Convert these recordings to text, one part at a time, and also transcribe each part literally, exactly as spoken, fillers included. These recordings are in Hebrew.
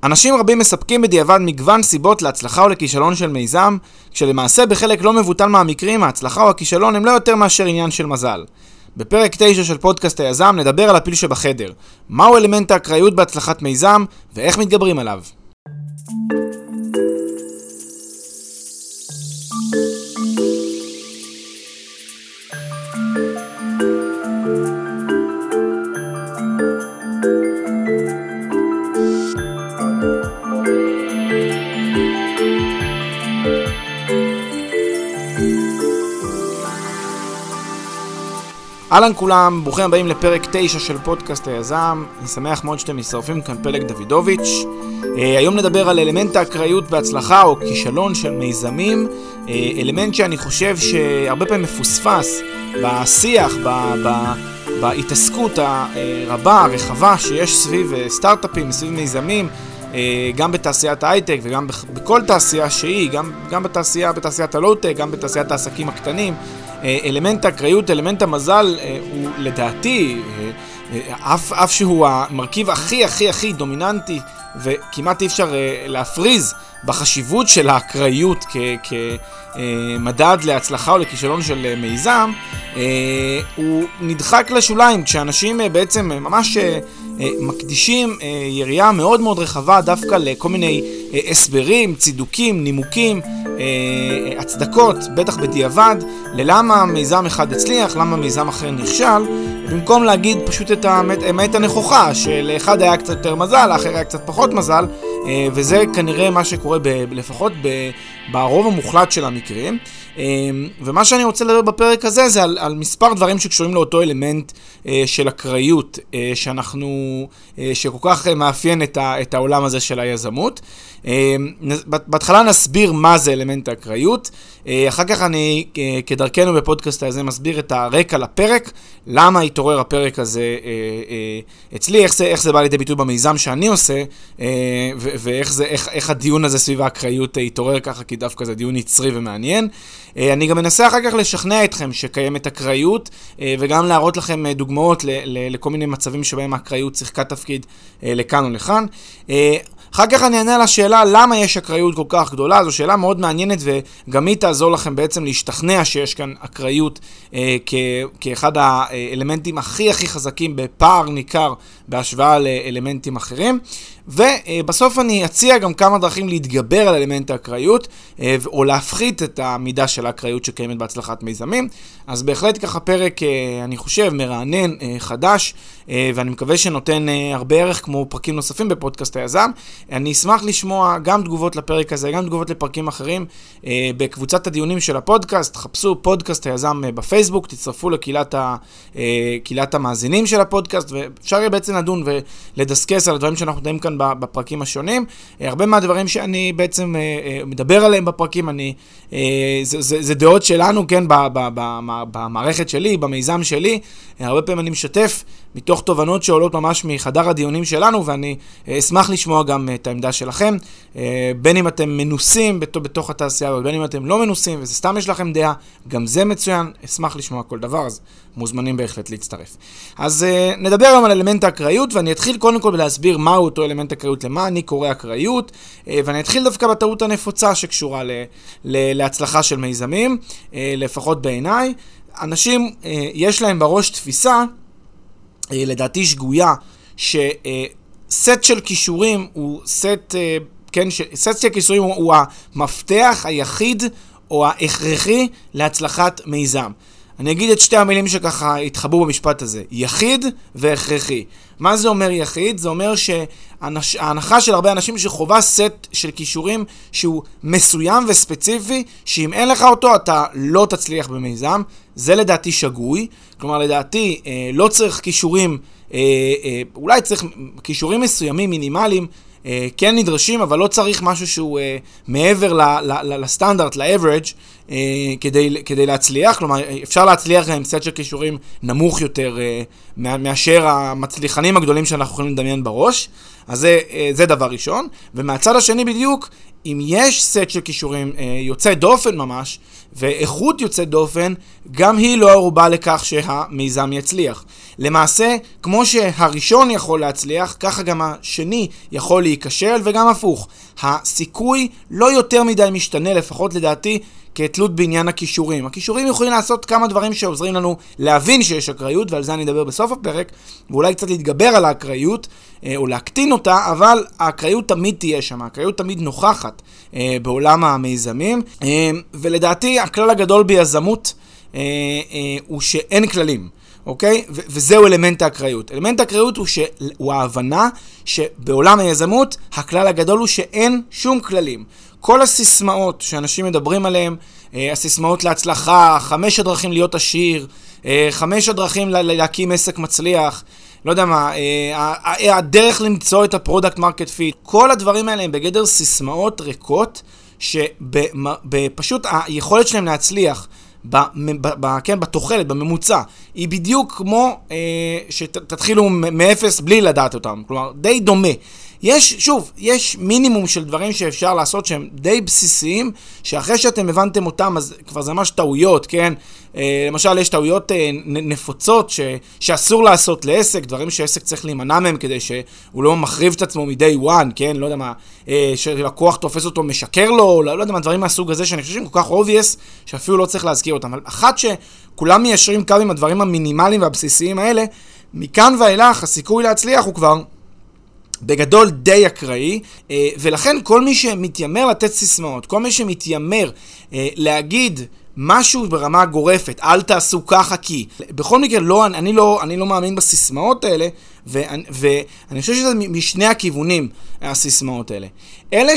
אנשים רבים מספקים בדיעבד מגוון סיבות להצלחה או לכישלון של מיזם, כשלמעשה בחלק לא מבוטל מהמקרים ההצלחה או הכישלון הם לא יותר מאשר עניין של מזל. בפרק תשע של פודקאסט היזם נדבר על הפיל שבחדר, מהו אלמנט האקראיות בהצלחת מיזם ואיך מתגברים עליו. אהלן כולם, ברוכים הבאים לפרק תשע של פודקאסט היזם. אני שמח מאוד שאתם מצטרפים כאן, פלג דוידוביץ'. אה, היום נדבר על אלמנט האקראיות בהצלחה או כישלון של מיזמים. אה, אלמנט שאני חושב שהרבה פעמים מפוספס בשיח, ב, ב, בהתעסקות הרבה, הרחבה שיש סביב סטארט-אפים, סביב מיזמים, אה, גם בתעשיית ההייטק וגם בכל תעשייה שהיא, גם, גם בתעשייה, בתעשיית הלואו-טק, גם בתעשיית העסקים הקטנים. אלמנט האקראיות, אלמנט המזל, הוא לדעתי, אף, אף שהוא המרכיב הכי הכי הכי דומיננטי וכמעט אי אפשר להפריז בחשיבות של האקראיות כמדד להצלחה או לכישלון של מיזם, הוא נדחק לשוליים כשאנשים בעצם ממש מקדישים יריעה מאוד מאוד רחבה דווקא לכל מיני הסברים, צידוקים, נימוקים, הצדקות, בטח בדיעבד, ללמה מיזם אחד הצליח, למה מיזם אחר נכשל, במקום להגיד פשוט את האמת הנכוחה, שלאחד היה קצת יותר מזל, לאחר היה קצת פחות מזל, וזה כנראה מה שקורה ב, לפחות ב, ברוב המוחלט של המקרים. ומה שאני רוצה לדבר בפרק הזה זה על, על מספר דברים שקשורים לאותו אלמנט של אקראיות שאנחנו, שכל כך מאפיין את, ה, את העולם הזה של היזמות. בהתחלה נסביר מה זה אלמנט האקראיות, אחר כך אני כדרכנו בפודקאסט הזה מסביר את הרקע לפרק, למה התעורר הפרק הזה אצלי, איך זה, איך זה בא לידי ביטוי במיזם שאני עושה, ואיך זה, איך, איך הדיון הזה סביב האקראיות התעורר ככה, כי דווקא זה דיון יצרי ומעניין. אני גם מנסה אחר כך לשכנע אתכם שקיימת אקראיות, וגם להראות לכם דוגמאות ל- ל- לכל מיני מצבים שבהם האקראיות שיחקה תפקיד לכאן או לכאן. אחר כך אני אענה על השאלה למה יש אקראיות כל כך גדולה. זו שאלה מאוד מעניינת וגם היא תעזור לכם בעצם להשתכנע שיש כאן אקראיות אה, כ- כאחד האלמנטים הכי הכי חזקים בפער ניכר בהשוואה לאלמנטים אחרים. ובסוף אני אציע גם כמה דרכים להתגבר על אלמנט האקראיות אה, או להפחית את המידה של האקראיות שקיימת בהצלחת מיזמים. אז בהחלט ככה פרק אה, אני חושב מרענן, אה, חדש, אה, ואני מקווה שנותן אה, הרבה ערך כמו פרקים נוספים בפודקאסט היזם. אני אשמח לשמוע גם תגובות לפרק הזה, גם תגובות לפרקים אחרים אה, בקבוצת הדיונים של הפודקאסט. חפשו פודקאסט היזם אה, בפייסבוק, תצטרפו לקהילת ה, אה, קהילת המאזינים של הפודקאסט, ואפשר יהיה בעצם לדון ולדסקס על הדברים שאנחנו יודעים כאן בפרקים השונים. אה, הרבה מהדברים שאני בעצם אה, אה, מדבר עליהם בפרקים, אני, אה, זה, זה, זה דעות שלנו, כן, ב, ב, ב, במערכת שלי, במיזם שלי. אה, הרבה פעמים אני משתף מתוך תובנות שעולות ממש מחדר הדיונים שלנו, ואני אה, אשמח לשמוע גם את העמדה שלכם, בין אם אתם מנוסים בתוך התעשייה, ובין אם אתם לא מנוסים, וזה סתם יש לכם דעה, גם זה מצוין, אשמח לשמוע כל דבר, אז מוזמנים בהחלט להצטרף. אז נדבר היום על אלמנט האקראיות, ואני אתחיל קודם כל להסביר מהו אותו אלמנט האקראיות, למה אני קורא אקראיות, ואני אתחיל דווקא בטעות הנפוצה שקשורה ל- ל- להצלחה של מיזמים, לפחות בעיניי. אנשים, יש להם בראש תפיסה, לדעתי שגויה, ש... סט של כישורים הוא סט, כן, סט של כישורים הוא, הוא המפתח היחיד או ההכרחי להצלחת מיזם. אני אגיד את שתי המילים שככה התחברו במשפט הזה, יחיד והכרחי. מה זה אומר יחיד? זה אומר שההנחה של הרבה אנשים שחובה סט של כישורים שהוא מסוים וספציפי, שאם אין לך אותו אתה לא תצליח במיזם. זה לדעתי שגוי. כלומר לדעתי לא צריך כישורים, אולי צריך כישורים מסוימים מינימליים, כן נדרשים, אבל לא צריך משהו שהוא מעבר לסטנדרט, לאברג' כדי, כדי להצליח. כלומר, אפשר להצליח עם סט של כישורים נמוך יותר מאשר המצליחנים הגדולים שאנחנו יכולים לדמיין בראש. אז זה, זה דבר ראשון. ומהצד השני בדיוק, אם יש סט של כישורים יוצא דופן ממש, ואיכות יוצא דופן, גם היא לא ערובה לכך שהמיזם יצליח. למעשה, כמו שהראשון יכול להצליח, ככה גם השני יכול להיכשל, וגם הפוך. הסיכוי לא יותר מדי משתנה, לפחות לדעתי, כתלות בעניין הכישורים. הכישורים יכולים לעשות כמה דברים שעוזרים לנו להבין שיש אקראיות, ועל זה אני אדבר בסוף הפרק, ואולי קצת להתגבר על האקראיות, או להקטין אותה, אבל האקראיות תמיד תהיה שם, האקראיות תמיד נוכחת אה, בעולם המיזמים, אה, ולדעתי הכלל הגדול ביזמות אה, אה, הוא שאין כללים, אוקיי? ו- וזהו אלמנט האקראיות. אלמנט האקראיות הוא, ש- הוא ההבנה שבעולם היזמות הכלל הגדול הוא שאין שום כללים. כל הסיסמאות שאנשים מדברים עליהם, אה, הסיסמאות להצלחה, חמש הדרכים להיות עשיר, אה, חמש הדרכים לה- להקים עסק מצליח, לא יודע מה, הדרך למצוא את הפרודקט מרקט פיט, כל הדברים האלה הם בגדר סיסמאות ריקות, שפשוט היכולת שלהם להצליח, כן, בתוחלת, בממוצע, היא בדיוק כמו שתתחילו מאפס בלי לדעת אותם, כלומר, די דומה. יש, שוב, יש מינימום של דברים שאפשר לעשות שהם די בסיסיים, שאחרי שאתם הבנתם אותם, אז כבר זה ממש טעויות, כן? למשל, יש טעויות נפוצות ש, שאסור לעשות לעסק, דברים שעסק צריך להימנע מהם כדי שהוא לא מחריב את עצמו מ-day one, כן? לא יודע מה, שלקוח תופס אותו משקר לו, לא, לא יודע מה, דברים מהסוג הזה שאני חושב שהם כל כך obvious, שאפילו לא צריך להזכיר אותם. אבל אחת שכולם מיישרים קו עם הדברים המינימליים והבסיסיים האלה, מכאן ואילך הסיכוי להצליח הוא כבר בגדול די אקראי, ולכן כל מי שמתיימר לתת סיסמאות, כל מי שמתיימר להגיד משהו ברמה גורפת, אל תעשו ככה כי, בכל מקרה לא, אני לא, אני לא מאמין בסיסמאות האלה, ואני, ואני חושב שזה משני הכיוונים, הסיסמאות האלה. אלה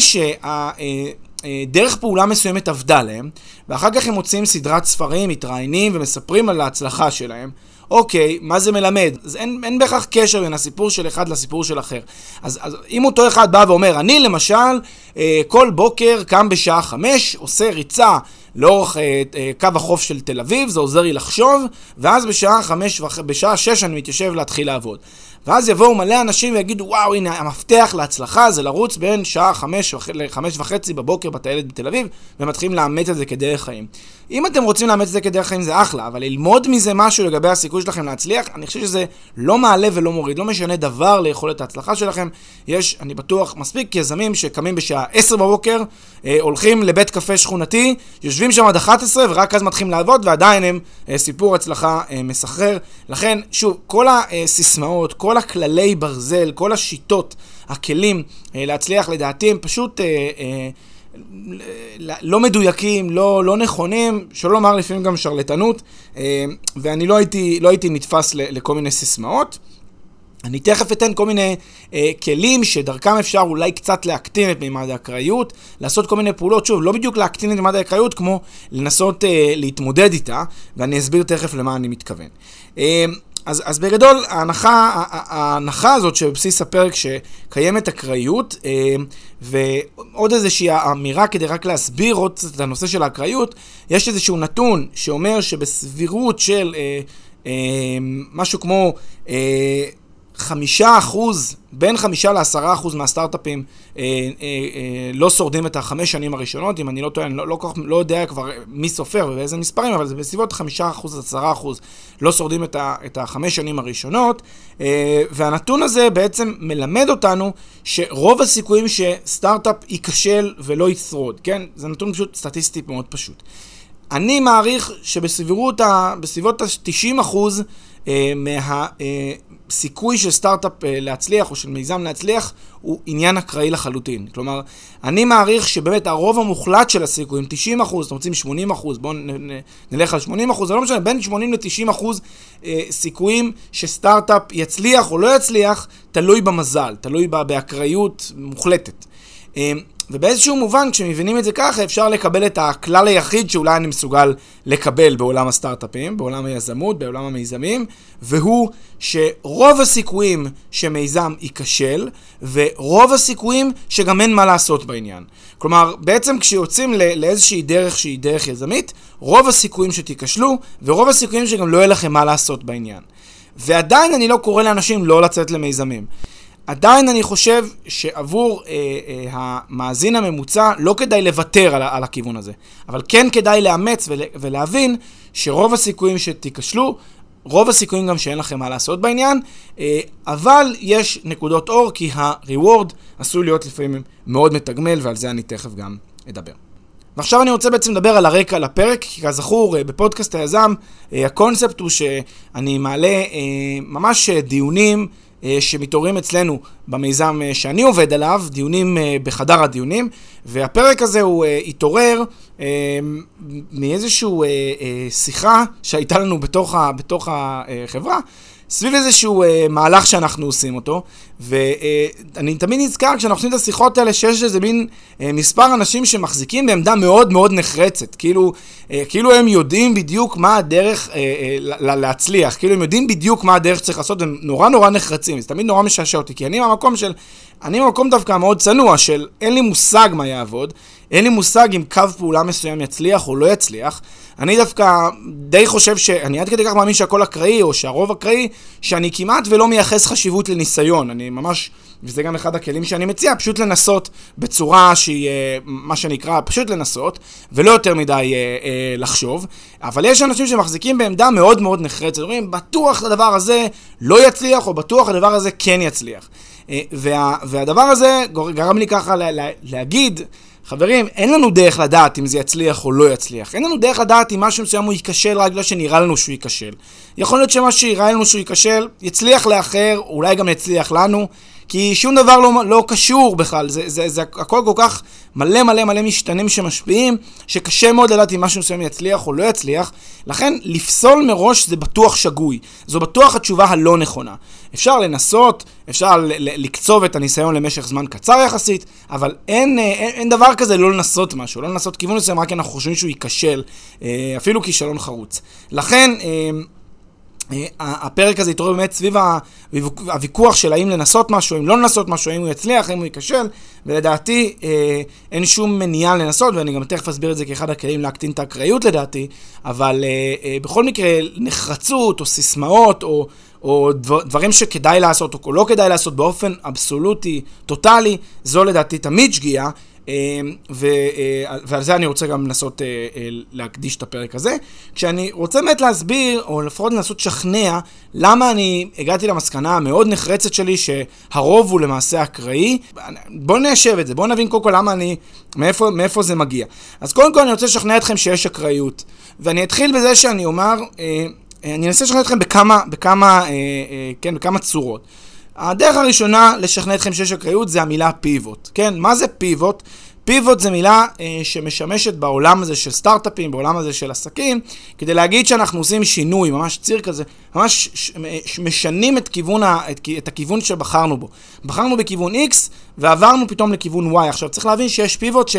שהדרך פעולה מסוימת עבדה להם, ואחר כך הם מוצאים סדרת ספרים, מתראיינים ומספרים על ההצלחה שלהם, אוקיי, מה זה מלמד? אז אין, אין בכך קשר בין הסיפור של אחד לסיפור של אחר. אז, אז אם אותו אחד בא ואומר, אני למשל, אה, כל בוקר קם בשעה חמש, עושה ריצה לאורך אה, אה, קו החוף של תל אביב, זה עוזר לי לחשוב, ואז בשעה חמש, בשעה שש אני מתיישב להתחיל לעבוד. ואז יבואו מלא אנשים ויגידו, וואו, הנה, המפתח להצלחה זה לרוץ בין שעה חמש לחמש וחצי בבוקר בטיילת בתל אביב, ומתחילים לאמץ את זה כדרך חיים. אם אתם רוצים לאמץ את זה כדרך חיים זה אחלה, אבל ללמוד מזה משהו לגבי הסיכוי שלכם להצליח, אני חושב שזה לא מעלה ולא מוריד, לא משנה דבר ליכולת ההצלחה שלכם. יש, אני בטוח, מספיק יזמים שקמים בשעה עשר בבוקר, אה, הולכים לבית קפה שכונתי, יושבים שם עד אחת עשרה ורק אז מתחילים לעבוד, ועדיין הם אה, סיפור הצלחה אה, מסחרר. לכן, שוב, כל הסיסמאות, כל הכללי ברזל, כל השיטות, הכלים אה, להצליח לדעתי הם פשוט אה, אה, לא מדויקים, לא, לא נכונים, שלא לומר לפעמים גם שרלטנות, אה, ואני לא הייתי, לא הייתי נתפס לכל מיני סיסמאות. אני תכף אתן כל מיני אה, כלים שדרכם אפשר אולי קצת להקטין את מימד האקראיות, לעשות כל מיני פעולות, שוב, לא בדיוק להקטין את מימד האקראיות, כמו לנסות אה, להתמודד איתה, ואני אסביר תכף למה אני מתכוון. אה, אז, אז בגדול, ההנחה, ההנחה הזאת שבבסיס הפרק שקיימת אקראיות, אה, ועוד איזושהי אמירה כדי רק להסביר עוד את הנושא של האקראיות, יש איזשהו נתון שאומר שבסבירות של אה, אה, משהו כמו אה, חמישה אחוז, בין חמישה לעשרה אחוז מהסטארט-אפים אה, אה, אה, לא שורדים את החמש שנים הראשונות, אם אני לא טועה, אני לא, לא, לא יודע כבר מי סופר ובאיזה מספרים, אבל זה בסביבות חמישה אחוז, עשרה אחוז לא שורדים את, ה, את החמש שנים הראשונות, אה, והנתון הזה בעצם מלמד אותנו שרוב הסיכויים שסטארט-אפ ייכשל ולא ישרוד, כן? זה נתון פשוט סטטיסטי מאוד פשוט. אני מעריך שבסבירות, ה, בסביבות ה-תשעים אחוז אה, מה... אה, סיכוי של סטארט-אפ להצליח או של מיזם להצליח הוא עניין אקראי לחלוטין. כלומר, אני מעריך שבאמת הרוב המוחלט של הסיכויים, תשעים אחוז, אתם רוצים שמונים אחוז, בואו נלך על שמונים אחוז, זה לא משנה, בין שמונים ל-תשעים אחוז אה, סיכויים שסטארט-אפ יצליח או לא יצליח, תלוי במזל, תלוי באקראיות מוחלטת. אה, ובאיזשהו מובן, כשמבינים את זה ככה, אפשר לקבל את הכלל היחיד שאולי אני מסוגל לקבל בעולם הסטארט-אפים, בעולם היזמות, בעולם המיזמים, והוא שרוב הסיכויים שמיזם ייכשל, ורוב הסיכויים שגם אין מה לעשות בעניין. כלומר, בעצם כשיוצאים לאיזושהי דרך שהיא דרך יזמית, רוב הסיכויים שתיכשלו, ורוב הסיכויים שגם לא יהיה לכם מה לעשות בעניין. ועדיין אני לא קורא לאנשים לא לצאת למיזמים. עדיין אני חושב שעבור אה, אה, המאזין הממוצע לא כדאי לוותר על, על הכיוון הזה. אבל כן כדאי לאמץ ול, ולהבין שרוב הסיכויים שתיכשלו, רוב הסיכויים גם שאין לכם מה לעשות בעניין, אה, אבל יש נקודות אור, כי ה-reward עשוי להיות לפעמים מאוד מתגמל, ועל זה אני תכף גם אדבר. ועכשיו אני רוצה בעצם לדבר על הרקע לפרק, כי כזכור, בפודקאסט היזם, הקונספט הוא שאני מעלה ממש דיונים שמתעוררים אצלנו במיזם שאני עובד עליו, דיונים בחדר הדיונים, והפרק הזה הוא התעורר מאיזשהו שיחה שהייתה לנו בתוך, בתוך החברה, סביב איזשהו אה, מהלך שאנחנו עושים אותו, ואני אה, תמיד נזכר כשאנחנו עושים את השיחות האלה שיש איזה מין אה, מספר אנשים שמחזיקים בעמדה מאוד מאוד נחרצת, כאילו, אה, כאילו הם יודעים בדיוק מה הדרך אה, אה, לה, להצליח, כאילו הם יודעים בדיוק מה הדרך שצריך לעשות, הם נורא נורא נחרצים, זה תמיד נורא משעשע אותי, כי אני מהמקום של, אני מהמקום דווקא מאוד צנוע של אין לי מושג מה יעבוד, אין לי מושג אם קו פעולה מסוים יצליח או לא יצליח, אני דווקא די חושב שאני עד כדי כך מאמין שהכל אקראי, או שהרוב אקראי, שאני כמעט ולא מייחס חשיבות לניסיון. אני ממש, וזה גם אחד הכלים שאני מציע, פשוט לנסות בצורה שהיא, מה שנקרא, פשוט לנסות, ולא יותר מדי אה, אה, לחשוב. אבל יש אנשים שמחזיקים בעמדה מאוד מאוד נחרצת, אומרים, בטוח הדבר הזה לא יצליח, או בטוח הדבר הזה כן יצליח. אה, וה, והדבר הזה גרם לי ככה לה, לה, להגיד, חברים, אין לנו דרך לדעת אם זה יצליח או לא יצליח. אין לנו דרך לדעת אם משהו מסוים הוא ייכשל רק בגלל שנראה לנו שהוא ייכשל. יכול להיות שמה שיראה לנו שהוא ייכשל, יצליח לאחר, אולי גם יצליח לנו, כי שום דבר לא, לא קשור בכלל. זה, זה, זה הכל כל כך מלא מלא מלא משתנים שמשפיעים, שקשה מאוד לדעת אם משהו מסוים יצליח או לא יצליח. לכן, לפסול מראש זה בטוח שגוי. זו בטוח התשובה הלא נכונה. אפשר לנסות, אפשר לקצוב את הניסיון למשך זמן קצר יחסית, אבל אין, אין, אין דבר כזה לא לנסות משהו, לא לנסות כיוון מסוים, רק כי אנחנו חושבים שהוא ייכשל, אפילו כישלון חרוץ. לכן, הפרק הזה יתעורר באמת סביב הוויכוח של האם לנסות משהו, אם לא לנסות משהו, האם הוא יצליח, האם הוא ייכשל, ולדעתי אין שום מניעה לנסות, ואני גם תכף אסביר את זה כאחד הכלים להקטין את האקראיות לדעתי, אבל בכל מקרה נחרצות או סיסמאות או או דברים שכדאי לעשות או לא כדאי לעשות באופן אבסולוטי, טוטלי, זו לדעתי תמיד שגיאה, ועל זה אני רוצה גם לנסות להקדיש את הפרק הזה. כשאני רוצה באמת להסביר, או לפחות לנסות שכנע, למה אני הגעתי למסקנה המאוד נחרצת שלי שהרוב הוא למעשה אקראי. בואו ניישב את זה, בואו נבין קודם כל למה אני, מאיפה, מאיפה זה מגיע. אז קודם כל אני רוצה לשכנע אתכם שיש אקראיות, ואני אתחיל בזה שאני אומר, אני אנסה לשכנע אתכם בכמה, בכמה, כן, בכמה צורות. הדרך הראשונה לשכנע אתכם שיש אקראיות זה המילה פיבוט. כן, מה זה פיבוט? פיבוט זה מילה אה, שמשמשת בעולם הזה של סטארט-אפים, בעולם הזה של עסקים, כדי להגיד שאנחנו עושים שינוי, ממש ציר כזה, ממש ש, ש, משנים את, כיוון ה, את, את הכיוון שבחרנו בו. בחרנו בכיוון X ועברנו פתאום לכיוון Y. עכשיו צריך להבין שיש פיבוט ש...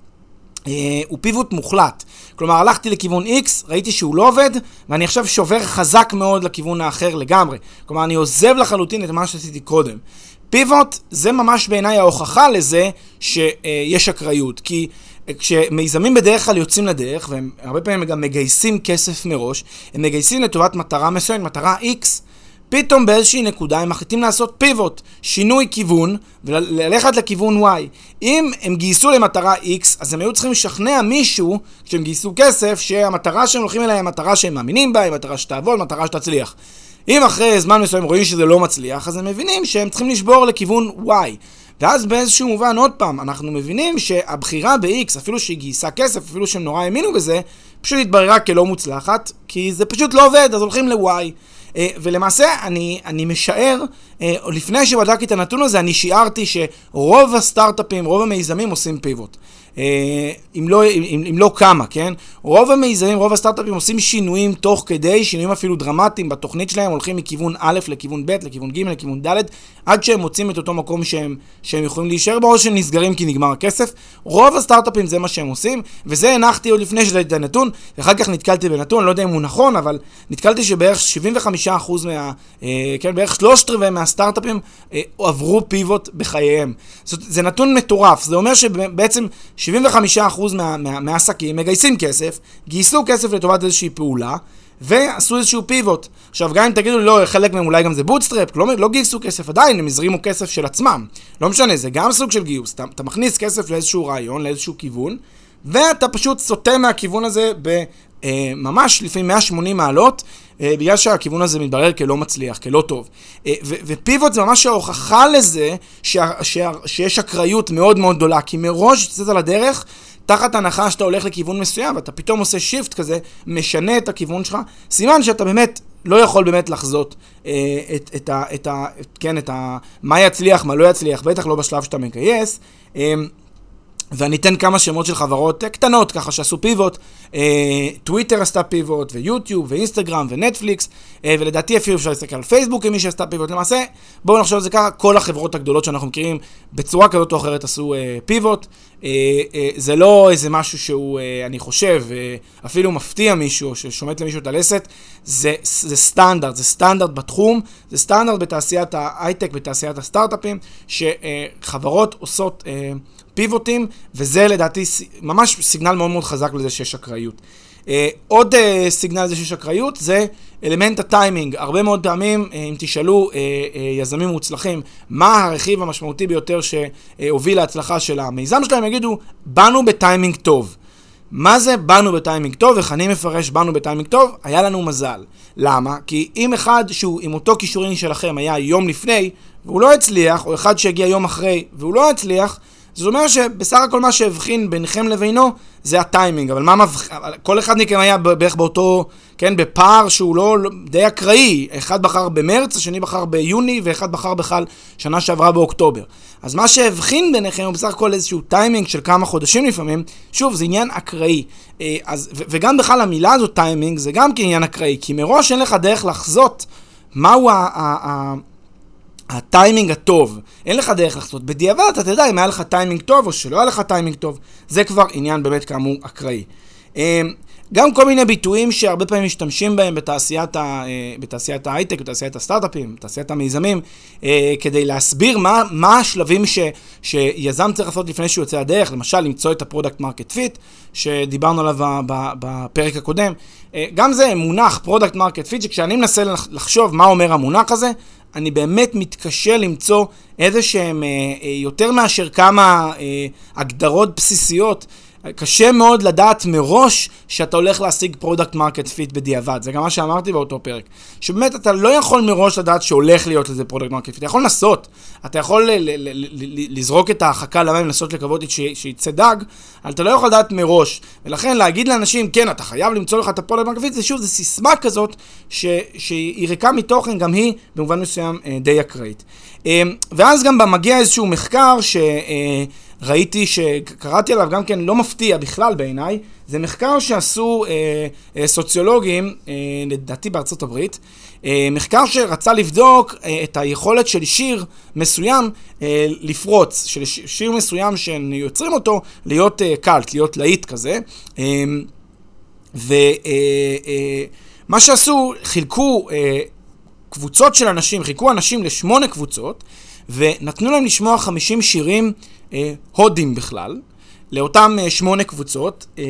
הוא פיבוט מוחלט. כלומר, הלכתי לכיוון X, ראיתי שהוא לא עובד, ואני עכשיו שובר חזק מאוד לכיוון האחר לגמרי. כלומר, אני עוזב לחלוטין את מה שעשיתי קודם. פיבוט זה ממש בעיניי ההוכחה לזה שיש אקראיות. כי כשמיזמים בדרך כלל יוצאים לדרך, והם הרבה פעמים גם מגייסים כסף מראש, הם מגייסים לטובת מטרה מסוימת, מטרה X, פתאום באיזושהי נקודה הם מחליטים לעשות פיבוט, שינוי כיוון, וללכת לכיוון Y. אם הם גייסו למטרה X, אז הם היו צריכים לשכנע מישהו, כשהם גייסו כסף, שהמטרה שהם הולכים אליה היא המטרה שהם מאמינים בה, היא מטרה שתעבוד, מטרה שתצליח. אם אחרי זמן מסוים רואים שזה לא מצליח, אז הם מבינים שהם צריכים לשבור לכיוון Y. ואז באיזשהו מובן, עוד פעם, אנחנו מבינים שהבחירה ב-X, אפילו שהיא גייסה כסף, אפילו שהם נורא האמינו בזה, פשוט התבררה כלא מוצלחת, כי זה פשוט לא עובד, אז הולכים ל-Y. ולמעשה אני, אני משער, לפני שבדקתי את הנתון הזה, אני שיערתי שרוב הסטארט-אפים, רוב המיזמים עושים פיבוט. אם לא, אם, אם לא כמה, כן? רוב המיזמים, רוב הסטארט-אפים עושים שינויים תוך כדי, שינויים אפילו דרמטיים בתוכנית שלהם, הולכים מכיוון א' לכיוון ב', לכיוון ג', לכיוון ד', עד שהם מוצאים את אותו מקום שהם, שהם יכולים להישאר בו, או שהם נסגרים כי נגמר הכסף. רוב הסטארט-אפים זה מה שהם עושים, וזה הנחתי עוד לפני שדעתי את הנתון, ואחר כך נתקלתי בנתון, לא יודע אם הוא נכון, אבל נתקלתי שבערך שבעים וחמישה אחוז מה, כן, בערך שלושת רבעי מהסטארט-אפים עברו פיבוט בחייהם. זאת, זה נתון מטורף. זה אומר שבעצם שבעים וחמישה אחוז מה, מה, מהעסקים מגייסים כסף, גייסו כסף לטובת איזושהי פעולה, ועשו איזשהו פיבוט. עכשיו, גם אם תגידו, לא, חלק מהם אולי גם זה בוטסטראפ, לא, לא גייסו כסף עדיין, הם הזרימו כסף של עצמם. לא משנה, זה גם סוג של גיוס. אתה, אתה מכניס כסף לאיזשהו רעיון, לאיזשהו כיוון, ואתה פשוט סוטה מהכיוון הזה בממש לפעמים מאה ושמונים מעלות, בגלל שהכיוון הזה מתברר כלא מצליח, כלא טוב. ופיבוט זה ממש ההוכחה לזה שיש אקראיות מאוד מאוד גדולה, כי מראש תצאת על הדרך, תחת הנחה שאתה הולך לכיוון מסוים, ואתה פתאום עושה שיפט כזה, משנה את הכיוון שלך, סימן שאתה באמת לא יכול באמת לחזות את, את ה, את ה, כן, את ה, מה יצליח, מה לא יצליח, בטח לא בשלב שאתה מגייס. ואני אתן כמה שמות של חברות קטנות, ככה שעשו פיבוט, טוויטר עשתה פיבוט, ויוטיוב, ואינסטגרם, ונטפליקס, ולדעתי אפילו אפשר להסתכל על פייסבוק כמי שעשתה פיבוט. למעשה, בואו נחשוב על זה ככה, כל החברות הגדולות שאנחנו מכירים, בצורה כזאת או אחרת עשו פיבוט. זה לא איזה משהו שהוא, אני חושב, אפילו מפתיע מישהו, ששומט למישהו את הלסת, זה, זה סטנדרט, זה סטנדרט בתחום, זה סטנדרט בתעשיית ההייטק, בתעשיית הסטארט-אפים, שחברות עושות פיבוטים, וזה לדעתי ממש סיגנל מאוד מאוד חזק לזה שיש אקראיות. עוד סיגנל לזה שיש אקראיות זה אלמנט הטיימינג. הרבה מאוד פעמים, אם תשאלו יזמים מוצלחים, מה הרכיב המשמעותי ביותר שהוביל להצלחה של המיזם שלהם, יגידו, באנו בטיימינג טוב. מה זה באנו בטיימינג טוב? איך אני מפרש באנו בטיימינג טוב? היה לנו מזל. למה? כי אם אחד שהוא עם אותו כישורים שלכם היה יום לפני, והוא לא הצליח, או אחד שהגיע יום אחרי, והוא לא הצליח, זאת אומרת שבסך הכל מה שהבחין ביניכם לבינו זה הטיימינג, אבל מה מבחין, כל אחד מכם היה בערך באותו, כן, בפער שהוא לא די אקראי, אחד בחר במרץ, השני בחר ביוני, ואחד בחר בכלל שנה שעברה באוקטובר. אז מה שהבחין ביניכם הוא בסך הכל איזשהו טיימינג של כמה חודשים לפעמים, שוב, זה עניין אקראי. אז, ו- וגם בכלל המילה הזו טיימינג זה גם כעניין אקראי, כי מראש אין לך דרך לחזות מהו ה... ה-, ה- הטיימינג הטוב. אין לך דרך לחצות. בדיעבד אתה תדע אם היה לך טיימינג טוב או שלא היה לך טיימינג טוב. זה כבר עניין באמת כאמור אקראי. גם כל מיני ביטויים שהרבה פעמים משתמשים בהם בתעשיית, ה, בתעשיית ההייטק, בתעשיית הסטארט-אפים, בתעשיית המיזמים, כדי להסביר מה, מה השלבים ש, שיזם צריך לעשות לפני שהוא יוצא לדרך, למשל למצוא את הפרודקט מרקט פיט, שדיברנו עליו בפרק הקודם. גם זה מונח פרודקט מרקט פיט, שכשאני מנסה לחשוב מה אומר המונח הזה, אני באמת מתקשה למצוא איזה שהם יותר מאשר כמה הגדרות בסיסיות. קשה מאוד לדעת מראש שאתה הולך להשיג פרודקט מרקט פיט בדיעבד. זה גם מה שאמרתי באותו פרק. שבאמת אתה לא יכול מראש לדעת שהולך להיות לזה פרודקט מרקט פיט. אתה יכול לנסות. אתה יכול לזרוק את ההחקה למים, לנסות לקוות שיצא דג, אבל אתה לא יכול לדעת מראש. ולכן להגיד לאנשים, כן, אתה חייב למצוא לך את הפרודקט מרקט פיט, זה שוב, זה סיסמה כזאת שהיא ריקה מתוכן, גם היא במובן מסוים די אקראית. ואז גם במגיע איזשהו מחקר ש... ראיתי שקראתי עליו גם כן לא מפתיע בכלל בעיניי, זה מחקר שעשו אה, אה, סוציולוגים, אה, לדעתי בארצות הברית, אה, מחקר שרצה לבדוק אה, את היכולת של שיר מסוים אה, לפרוץ, של שיר מסוים שיוצרים אותו להיות אה, קלט, להיות להיט כזה, אה, ומה אה, אה, שעשו, חילקו אה, קבוצות של אנשים, חילקו אנשים לשמונה קבוצות, ונתנו להם לשמוע חמישים שירים אה, הודים בכלל, לאותם אה, שמונה קבוצות, אה,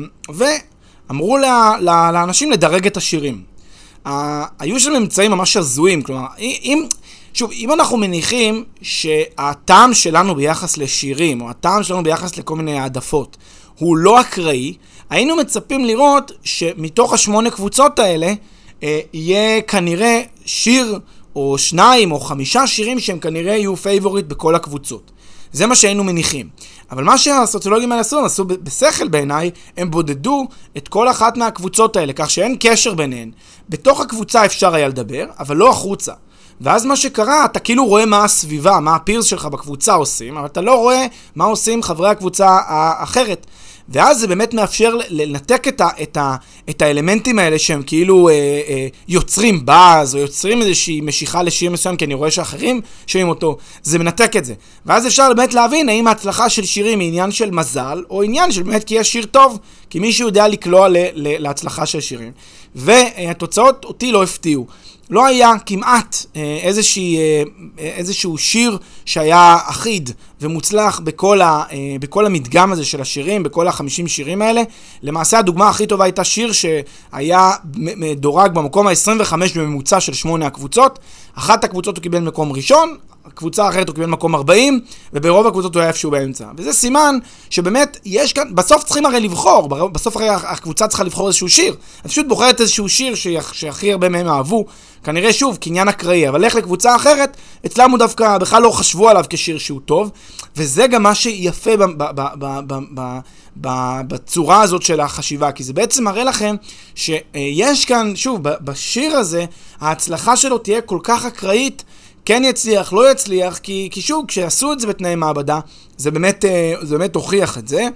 ואמרו לה, לה, לאנשים לדרג את השירים. אה, היו שם ממצאים ממש הזויים, כלומר, אם, שוב, אם אנחנו מניחים שהטעם שלנו ביחס לשירים, או הטעם שלנו ביחס לכל מיני העדפות, הוא לא אקראי, היינו מצפים לראות שמתוך השמונה קבוצות האלה, אה, יהיה כנראה שיר, או שניים או חמישה שירים שהם כנראה יהיו פייבוריט בכל הקבוצות. זה מה שהיינו מניחים. אבל מה שהסוציולוגים האלה עשו, הם עשו בשכל בעיניי, הם בודדו את כל אחת מהקבוצות האלה, כך שאין קשר ביניהן. בתוך הקבוצה אפשר היה לדבר, אבל לא החוצה. ואז מה שקרה, אתה כאילו רואה מה הסביבה, מה הפירס שלך בקבוצה עושים, אבל אתה לא רואה מה עושים חברי הקבוצה האחרת. ואז זה באמת מאפשר לנתק את, ה, את, ה, את האלמנטים האלה שהם כאילו אה, אה, יוצרים באז, או יוצרים איזושהי משיכה לשיר מסוים, כי אני רואה שאחרים שומעים אותו, זה מנתק את זה. ואז אפשר באמת להבין האם ההצלחה של שירים היא עניין של מזל, או עניין של באמת כי יש שיר טוב, כי מישהו יודע לקלוע ל, ל, להצלחה של שירים. והתוצאות אותי לא הפתיעו. לא היה כמעט איזושהי, איזשהו שיר שהיה אחיד ומוצלח בכל, ה, בכל המדגם הזה של השירים, בכל החמישים שירים האלה. למעשה הדוגמה הכי טובה הייתה שיר שהיה מדורג במקום ה-עשרים וחמש בממוצע של שמונה הקבוצות. אחת הקבוצות הוא קיבל מקום ראשון, הקבוצה האחרת הוא קיבל מקום ארבעים, וברוב הקבוצות הוא היה איפשהו באמצע. וזה סימן שבאמת יש כאן, בסוף צריכים הרי לבחור, בסוף הרי הקבוצה צריכה לבחור איזשהו שיר. אז פשוט בוחרת איזשהו שיר שהכי הרבה מהם אהבו, כנראה שוב, קניין אקראי, אבל לך לקבוצה אחרת, אצלם הוא דווקא בכלל לא חשבו עליו כשיר שהוא טוב, וזה גם מה שיפה ב- ב- ב- ב- ב- ב- ב- בצורה הזאת של החשיבה, כי זה בעצם מראה לכם שיש כאן, שוב, בשיר הזה, ההצלחה שלו תהיה כל כך אקראית, כן יצליח, לא יצליח, כי, כי שוב, כשעשו את זה בתנאי מעבדה, זה באמת, זה באמת הוכיח את זה.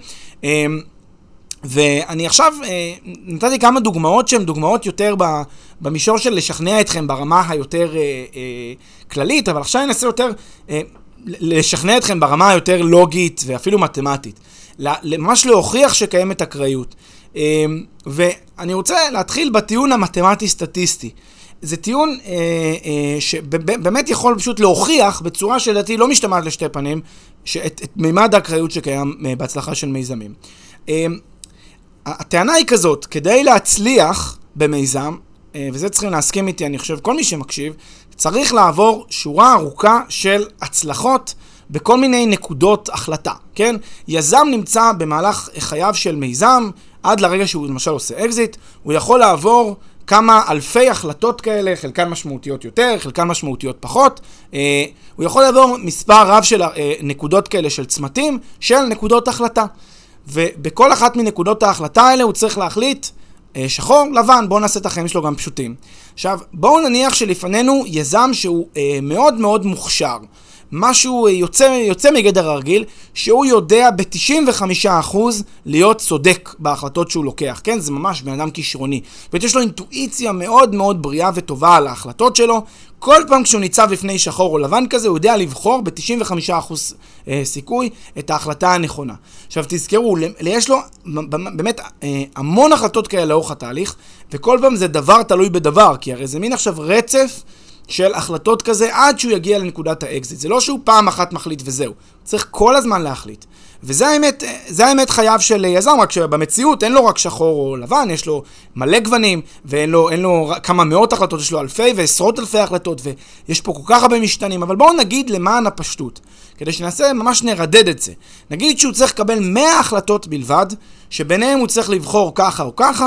ואני עכשיו נתתי כמה דוגמאות שהן דוגמאות יותר במישור של לשכנע אתכם ברמה היותר כללית, אבל עכשיו אני אנסה יותר לשכנע אתכם ברמה היותר לוגית ואפילו מתמטית. ממש להוכיח שקיימת אקראיות. ואני רוצה להתחיל בטיעון המתמטי-סטטיסטי. זה טיעון אה, אה, שבאמת יכול פשוט להוכיח בצורה שלדעתי לא משתמעת לשתי פנים שאת, את מימד האקראיות שקיים אה, בהצלחה של מיזמים. אה, הטענה היא כזאת, כדי להצליח במיזם, אה, וזה צריכים להסכים איתי, אני חושב כל מי שמקשיב, צריך לעבור שורה ארוכה של הצלחות בכל מיני נקודות החלטה, כן? יזם נמצא במהלך חייו של מיזם, עד לרגע שהוא למשל עושה אקזיט, הוא יכול לעבור כמה אלפי החלטות כאלה, חלקן משמעותיות יותר, חלקן משמעותיות פחות. אה, הוא יכול לעבור מספר רב של אה, נקודות כאלה של צמתים, של נקודות החלטה. ובכל אחת מנקודות ההחלטה האלה הוא צריך להחליט אה, שחור, לבן, בואו נעשה את החיים שלו גם פשוטים. עכשיו, בואו נניח שלפנינו יזם שהוא אה, מאוד מאוד מוכשר. משהו יוצא, יוצא מגדר הרגיל, שהוא יודע ב-תשעים וחמישה אחוז להיות צודק בהחלטות שהוא לוקח, כן? זה ממש בן אדם כישרוני. ויש לו אינטואיציה מאוד מאוד בריאה וטובה על ההחלטות שלו. כל פעם כשהוא ניצב לפני שחור או לבן כזה, הוא יודע לבחור ב-תשעים וחמישה אחוז אה, סיכוי את ההחלטה הנכונה. עכשיו תזכרו, יש לו באמת אה, המון החלטות כאלה לאורך התהליך, וכל פעם זה דבר תלוי בדבר, כי הרי זה מין עכשיו רצף של החלטות כזה עד שהוא יגיע לנקודת האקזיט. זה לא שהוא פעם אחת מחליט וזהו. צריך כל הזמן להחליט. וזה האמת, זה האמת חייו של יזם, רק שבמציאות אין לו רק שחור או לבן, יש לו מלא גוונים, ואין לו, אין לו כמה מאות החלטות, יש לו אלפי ועשרות אלפי החלטות, ויש פה כל כך הרבה משתנים. אבל בואו נגיד למען הפשטות, כדי שנעשה, ממש נרדד את זה. נגיד שהוא צריך לקבל מאה החלטות בלבד, שביניהם הוא צריך לבחור ככה או ככה,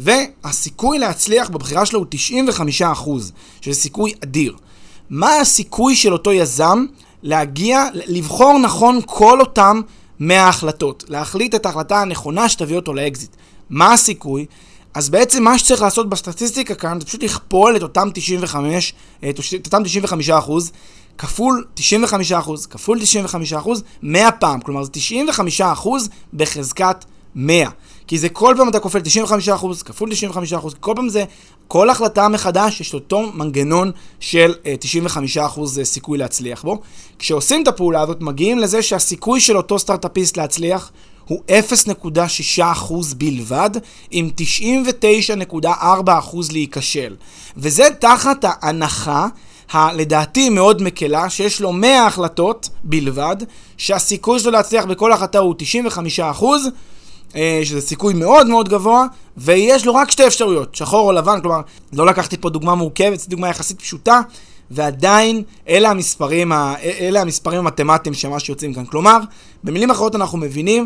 והסיכוי להצליח בבחירה שלו הוא תשעים וחמישה אחוז, שזה סיכוי אדיר. מה הסיכוי של אותו יזם להגיע, לבחור נכון כל אותם מאה החלטות, להחליט את ההחלטה הנכונה שתביא אותו לאקזיט? מה הסיכוי? אז בעצם מה שצריך לעשות בסטטיסטיקה כאן, זה פשוט לכפול את אותם תשעים וחמש, את אותם תשעים וחמישה אחוז, כפול תשעים וחמישה אחוז, כפול תשעים וחמישה אחוז, מאה פעם. כלומר, זה תשעים וחמישה אחוז בחזקת מאה. כי זה כל פעם אתה כופל תשעים וחמישה אחוז, כפול תשעים וחמישה אחוז, כל פעם זה, כל החלטה מחדש, יש אותו מנגנון של uh, תשעים וחמישה אחוז סיכוי להצליח בו. כשעושים את הפעולה הזאת, מגיעים לזה שהסיכוי של אותו סטארט-אפיסט להצליח הוא אפס נקודה שישה אחוז בלבד, עם תשעים ותשע נקודה ארבע אחוז להיכשל. וזה תחת ההנחה, לדעתי מאוד מקלה, שיש לו מאה החלטות בלבד, שהסיכוי שלו להצליח בכל החלטה הוא תשעים וחמישה אחוז, שזה סיכוי מאוד מאוד גבוה, ויש לו רק שתי אפשרויות, שחור או לבן. כלומר, לא לקחתי פה דוגמה מורכבת, זו דוגמה יחסית פשוטה, ועדיין אלה המספרים, אלה המספרים המתמטיים שמה שיוצאים כאן. כלומר, במילים אחרות אנחנו מבינים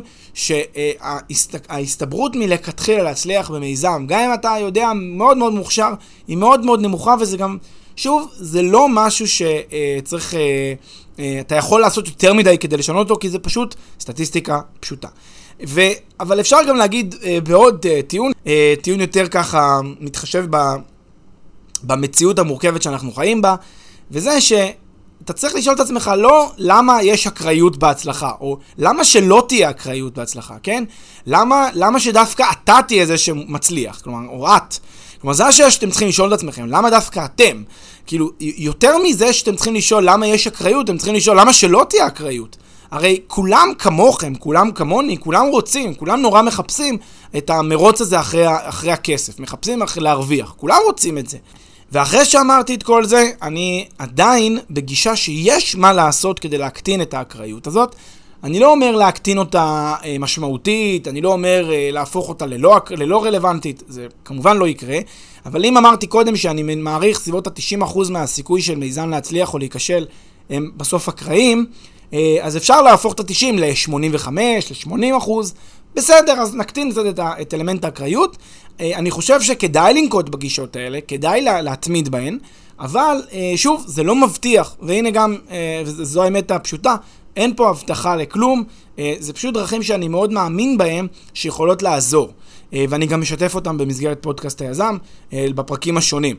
שההסתברות מלכתחילה להצליח במיזם, גם אם אתה יודע מאוד מאוד מוכשר, היא מאוד מאוד נמוכה, וזה גם, שוב, זה לא משהו שצריך, אתה יכול לעשות יותר מדי כדי לשנות אותו, כי זה פשוט סטטיסטיקה פשוטה. ו... אבל אפשר גם להגיד uh, בעוד uh, טיעון, uh, טיעון יותר ככה מתחשב ב... במציאות המורכבת שאנחנו חיים בה, וזה שאתה צריך לשאול את עצמך לא למה יש אקראיות בהצלחה, או למה שלא תהיה אקראיות בהצלחה, כן? למה, למה שדווקא אתה תהיה זה שמצליח, כלומר, או את. כלומר, זה השאלה שאתם צריכים לשאול את עצמכם, למה דווקא אתם? כאילו, יותר מזה שאתם צריכים לשאול למה יש אקראיות, אתם צריכים לשאול למה שלא תהיה אקראיות. הרי כולם כמוכם, כולם כמוני, כולם רוצים, כולם נורא מחפשים את המרוץ הזה אחרי, אחרי הכסף, מחפשים אחרי להרוויח, כולם רוצים את זה. ואחרי שאמרתי את כל זה, אני עדיין בגישה שיש מה לעשות כדי להקטין את האקראיות הזאת. אני לא אומר להקטין אותה משמעותית, אני לא אומר להפוך אותה ללא, ללא רלוונטית, זה כמובן לא יקרה, אבל אם אמרתי קודם שאני מעריך סביבות ה-תשעים אחוז מהסיכוי של מיזם להצליח או להיכשל הם בסוף אקראיים, אז אפשר להפוך את ה-תשעים ל-שמונים וחמש, ל-שמונים אחוז, בסדר, אז נקטין את, את אלמנט האקראיות. אני חושב שכדאי לנקוט בגישות האלה, כדאי לה, להתמיד בהן, אבל שוב, זה לא מבטיח, והנה גם, וזו האמת הפשוטה, אין פה הבטחה לכלום, זה פשוט דרכים שאני מאוד מאמין בהם שיכולות לעזור. ואני גם משתף אותם במסגרת פודקאסט היזם בפרקים השונים.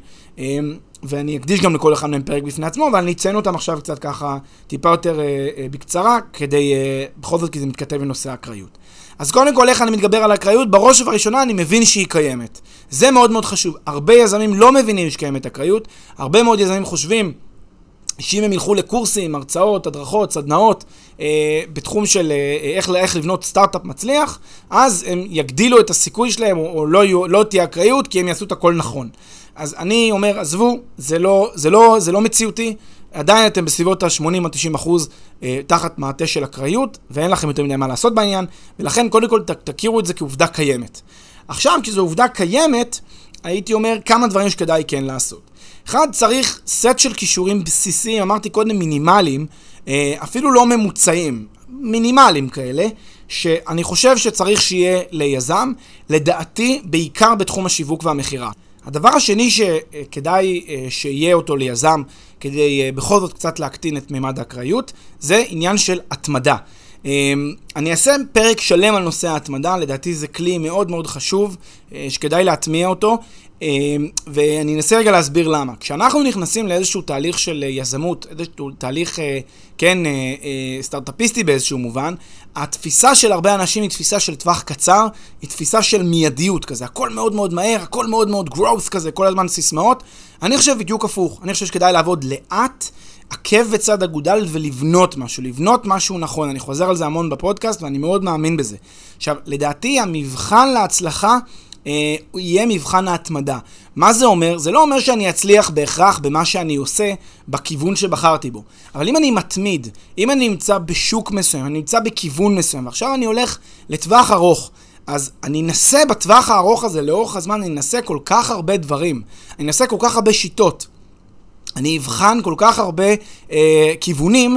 ואני אקדיש גם לכל אחד מהם פרק בפני עצמו, אבל אני אציין אותם עכשיו קצת ככה טיפה יותר בקצרה, כדי בכל זאת כי זה מתכתב בנושא האקראיות. אז קודם כל איך אני מתגבר על האקראיות? בראש ובראשונה אני מבין שהיא קיימת. זה מאוד מאוד חשוב. הרבה יזמים לא מבינים שקיימת אקראיות, הרבה מאוד יזמים חושבים שאם הם ילכו לקורסים, הרצאות, הדרכות, סדנאות, אה, בתחום של אה, איך, איך לבנות סטארט-אפ מצליח, אז הם יגדילו את הסיכוי שלהם, או, או לא, לא תהיה אקראיות, כי הם יעשו את הכל נכון. אז אני אומר, עזבו, זה לא, זה לא, זה לא מציאותי, עדיין אתם בסביבות ה-שמונים עד תשעים אחוז אה, תחת מעטה של אקראיות, ואין לכם יותר מדי מה לעשות בעניין, ולכן קודם כל ת, תכירו את זה כעובדה קיימת. עכשיו, כשזו עובדה קיימת, הייתי אומר כמה דברים שכדאי כן לעשות. אחד, צריך סט של קישורים בסיסיים, אמרתי קודם מינימליים, אפילו לא ממוצעים, מינימליים כאלה, שאני חושב שצריך שיהיה ליזם, לדעתי בעיקר בתחום השיווק והמחירה. הדבר השני שכדאי שיהיה אותו ליזם, כדי בכל זאת קצת להקטין את ממד האקראיות, זה עניין של התמדה. אני אעשה פרק שלם על נושא ההתמדה, לדעתי זה כלי מאוד מאוד חשוב, שכדאי להטמיע אותו, ואני אנסה רגע להסביר למה. כשאנחנו נכנסים לאיזשהו תהליך של יזמות, איזשהו תהליך, כן, סטארט-אפיסטי באיזשהו מובן, התפיסה של הרבה אנשים היא תפיסה של טווח קצר, היא תפיסה של מיידיות כזה, הכל מאוד מאוד מהר, הכל מאוד מאוד growth כזה, כל הזמן סיסמאות. אני חושב בדיוק הפוך, אני חושב שכדאי לעבוד לאט, עקב בצד אגודל ולבנות משהו, לבנות משהו נכון. אני חוזר על זה המון בפודקאסט ואני מאוד מאמין בזה. עכשיו, לדעתי המבחן להצלחה אה, יהיה מבחן ההתמדה. מה זה אומר? זה לא אומר שאני אצליח בהכרח במה שאני עושה בכיוון שבחרתי בו. אבל אם אני מתמיד, אם אני נמצא בשוק מסוים, אני נמצא בכיוון מסוים, ועכשיו אני הולך לטווח ארוך, אז אני אנסה בטווח הארוך הזה, לאורך הזמן, אני אנסה כל כך הרבה דברים. אני אנסה כל כך הרבה שיטות. אני אבחן כל כך הרבה אה, כיוונים,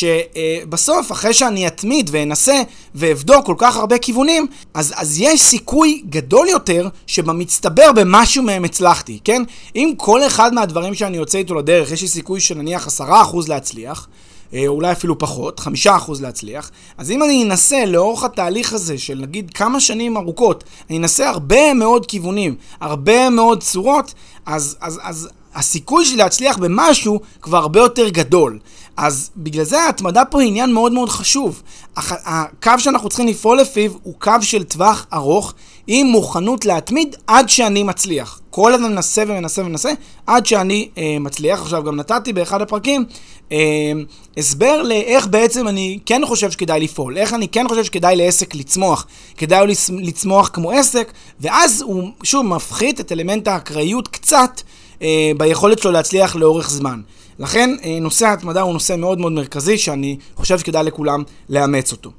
שבסוף, אחרי שאני אתמיד ואנסה ואבדוק כל כך הרבה כיוונים, אז, אז יש סיכוי גדול יותר שבמצטבר במשהו מהם הצלחתי, כן? אם כל אחד מהדברים שאני יוצא איתו לדרך, יש לי סיכוי שנניח עשרה אחוז להצליח, אה, אולי אפילו פחות, חמישה אחוז להצליח, אז אם אני אנסה לאורך התהליך הזה של נגיד כמה שנים ארוכות, אני אנסה הרבה מאוד כיוונים, הרבה מאוד צורות, אז, אז, אז הסיכוי שלי להצליח במשהו כבר הרבה יותר גדול. אז בגלל זה ההתמדה פה היא עניין מאוד מאוד חשוב. הקו שאנחנו צריכים לפעול לפיו הוא קו של טווח ארוך, עם מוכנות להתמיד עד שאני מצליח. כל הזמן מנסה ומנסה ומנסה עד שאני אה, מצליח. עכשיו גם נתתי באחד הפרקים אה, הסבר לאיך בעצם אני כן חושב שכדאי לפעול, איך אני כן חושב שכדאי לעסק לצמוח, כדאי לצמוח כמו עסק, ואז הוא שוב מפחית את אלמנט האקראיות קצת, ביכולת שלו להצליח לאורך זמן. לכן, נושא ההתמדה הוא נושא מאוד מאוד מרכזי, שאני חושב שכדאי לכולם לאמץ אותו.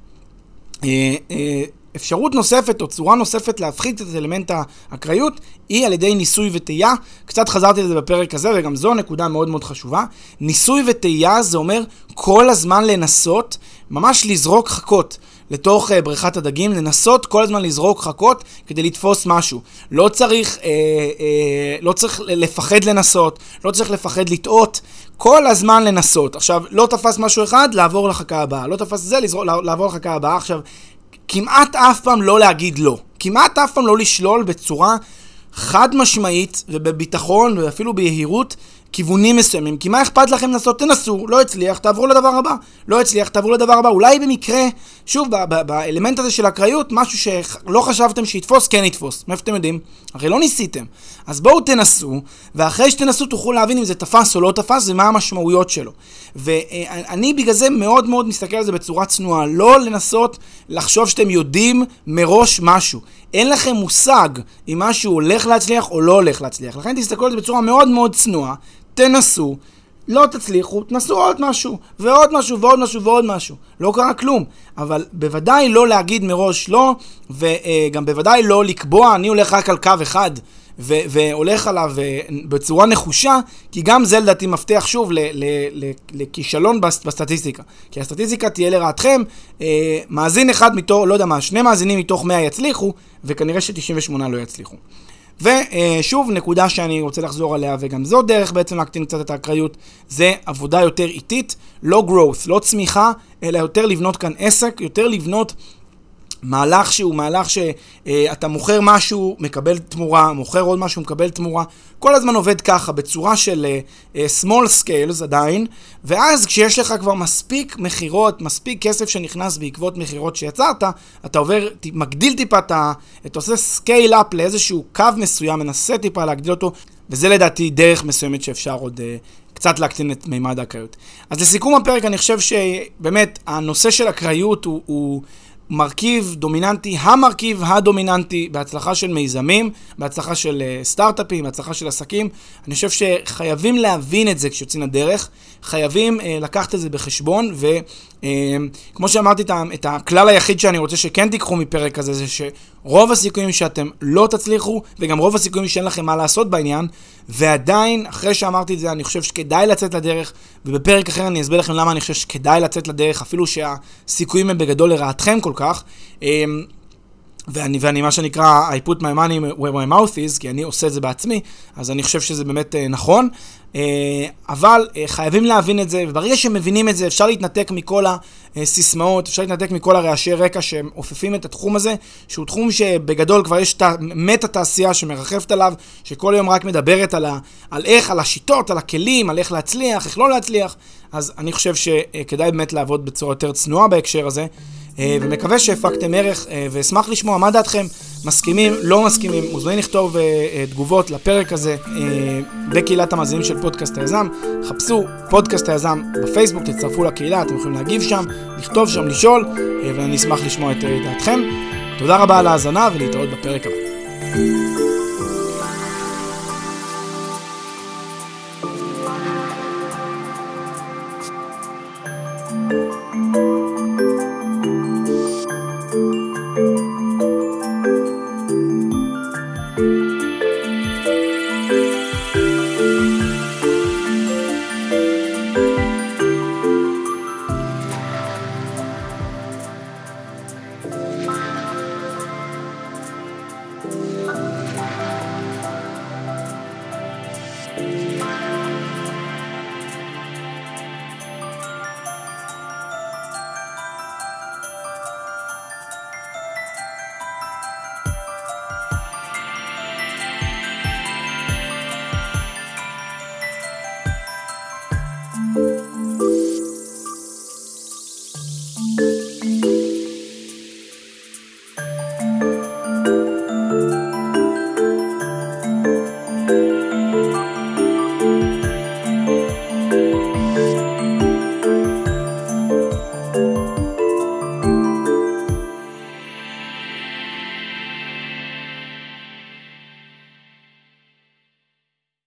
אפשרות נוספת או צורה נוספת להפחית את אלמנט האקראיות היא על ידי ניסוי וטעייה. קצת חזרתי לזה בפרק הזה, וגם זו נקודה מאוד מאוד חשובה. ניסוי וטעייה זה אומר כל הזמן לנסות, ממש לזרוק חכות לתוך uh, בריכת הדגים, לנסות כל הזמן לזרוק חכות כדי לתפוס משהו. לא צריך, אה, אה, לא צריך לפחד לנסות, לא צריך לפחד לטעות, כל הזמן לנסות. עכשיו, לא תפס משהו אחד, לעבור לחכה הבאה. לא תפס זה, לזרוק, לעבור לחכה הבאה. עכשיו, כמעט אף פעם לא להגיד לא. כמעט אף פעם לא לשלול בצורה חד משמעית ובביטחון ואפילו ביהירות כיוונים מסוימים. כי מה אכפת לכם לנסות? תנסו, לא הצליח, תעברו לדבר הבא. לא הצליח, תעברו לדבר הבא. אולי במקרה, שוב, באלמנט הזה של הקראיות, משהו שלא חשבתם שיתפוס, כן יתפוס. מאיפה אתם יודעים? הרי לא ניסיתם. אז בואו תנסו, ואחרי שתנסו תוכלו להבין אם זה תפס או לא תפס, ומה המשמעויות שלו. ואני בגלל זה מאוד מאוד מסתכל על זה בצורה צנועה. לא לנסות לחשוב שאתם יודעים מראש משהו. אין לכם מושג אם משהו הולך להצליח או לא הולך להצליח. לכן תסתכלו על זה בצורה מאוד מאוד צנועה, תנסו, לא תצליחו, תנסו עוד משהו, ועוד משהו, ועוד משהו, ועוד משהו. לא קרה כלום, אבל בוודאי לא להגיד מראש לא, וגם בוודאי לא לקבוע, אני הולך רק על קו אחד, ו- והולך עליו בצורה נחושה, כי גם זה לדעתי מפתח שוב ל- ל- ל- לכישלון בסטטיסטיקה. כי הסטטיסטיקה תהיה לרעתכם, אה, מאזין אחד מתוך, לא יודע מה, שני מאזינים מתוך מאה יצליחו, וכנראה ש-תשעים ושמונה לא יצליחו. ושוב, נקודה שאני רוצה לחזור עליה, וגם זו דרך בעצם להקטין קצת את האקראיות, זה עבודה יותר איטית, לא growth, לא צמיחה, אלא יותר לבנות כאן עסק, יותר לבנות מהלך שהוא מהלך שאתה מוכר משהו, מקבל תמורה, מוכר עוד משהו, מקבל תמורה, כל הזמן עובד ככה, בצורה של small scales עדיין, ואז כשיש לך כבר מספיק מחירות, מספיק כסף שנכנס בעקבות מחירות שיצרת, אתה עובר, מגדיל טיפה, אתה עושה scale up לאיזשהו קו מסוים, מנסה טיפה להגדיל אותו, וזה לדעתי דרך מסוימת שאפשר עוד קצת להקטין את מימד האקראיות. אז לסיכום הפרק, אני חושב שבאמת הנושא של אקראיות הוא, הוא מרכיב דומיננטי, המרכיב הדומיננטי בהצלחה של מיזמים, בהצלחה של סטארט-אפים, בהצלחה של עסקים. אני חושב שחייבים להבין את זה כשיוצאים לדרך, חייבים אה, לקחת את זה בחשבון, וכמו אה, שאמרתי, את, את הכלל היחיד שאני רוצה שכן תיקחו מפרק הזה, זה שרוב הסיכויים שאתם לא תצליחו, וגם רוב הסיכויים שאין לכם מה לעשות בעניין, ועדיין, אחרי שאמרתי את זה, אני חושב שכדאי לצאת לדרך, ובפרק אחר אני אסביר לכם למה אני חושב שכדאי לצאת לדרך, אפילו שהסיכויים הם בגדול לרעתכם כל כך. ואני, ואני מה שנקרא, I put my money where my mouth is, כי אני עושה את זה בעצמי, אז אני חושב שזה באמת נכון. אבל חייבים להבין את זה, וברגע שמבינים את זה, אפשר להתנתק מכל הסיסמאות, אפשר להתנתק מכל הרעשי רקע שהם אופפים את התחום הזה, שהוא תחום שבגדול כבר יש מטה תעשייה שמרחפת עליו, שכל יום רק מדברת על, ה, על איך, על השיטות, על הכלים, על איך להצליח, איך לא להצליח. אז אני חושב שכדאי באמת לעבוד בצורה יותר צנועה בהקשר הזה, ומקווה שהפקתם ערך, ואשמח לשמוע מה דעתכם, מסכימים, לא מסכימים, מוזמנים לכתוב תגובות לפרק הזה בקהילת המאזינים של פודקאסט היזם. חפשו פודקאסט היזם בפייסבוק, תצטרפו לקהילה, אתם יכולים להגיב שם, לכתוב שם, לשאול, ואני אשמח לשמוע את דעתכם. תודה רבה על ההאזנה ולהתראות בפרק הבא.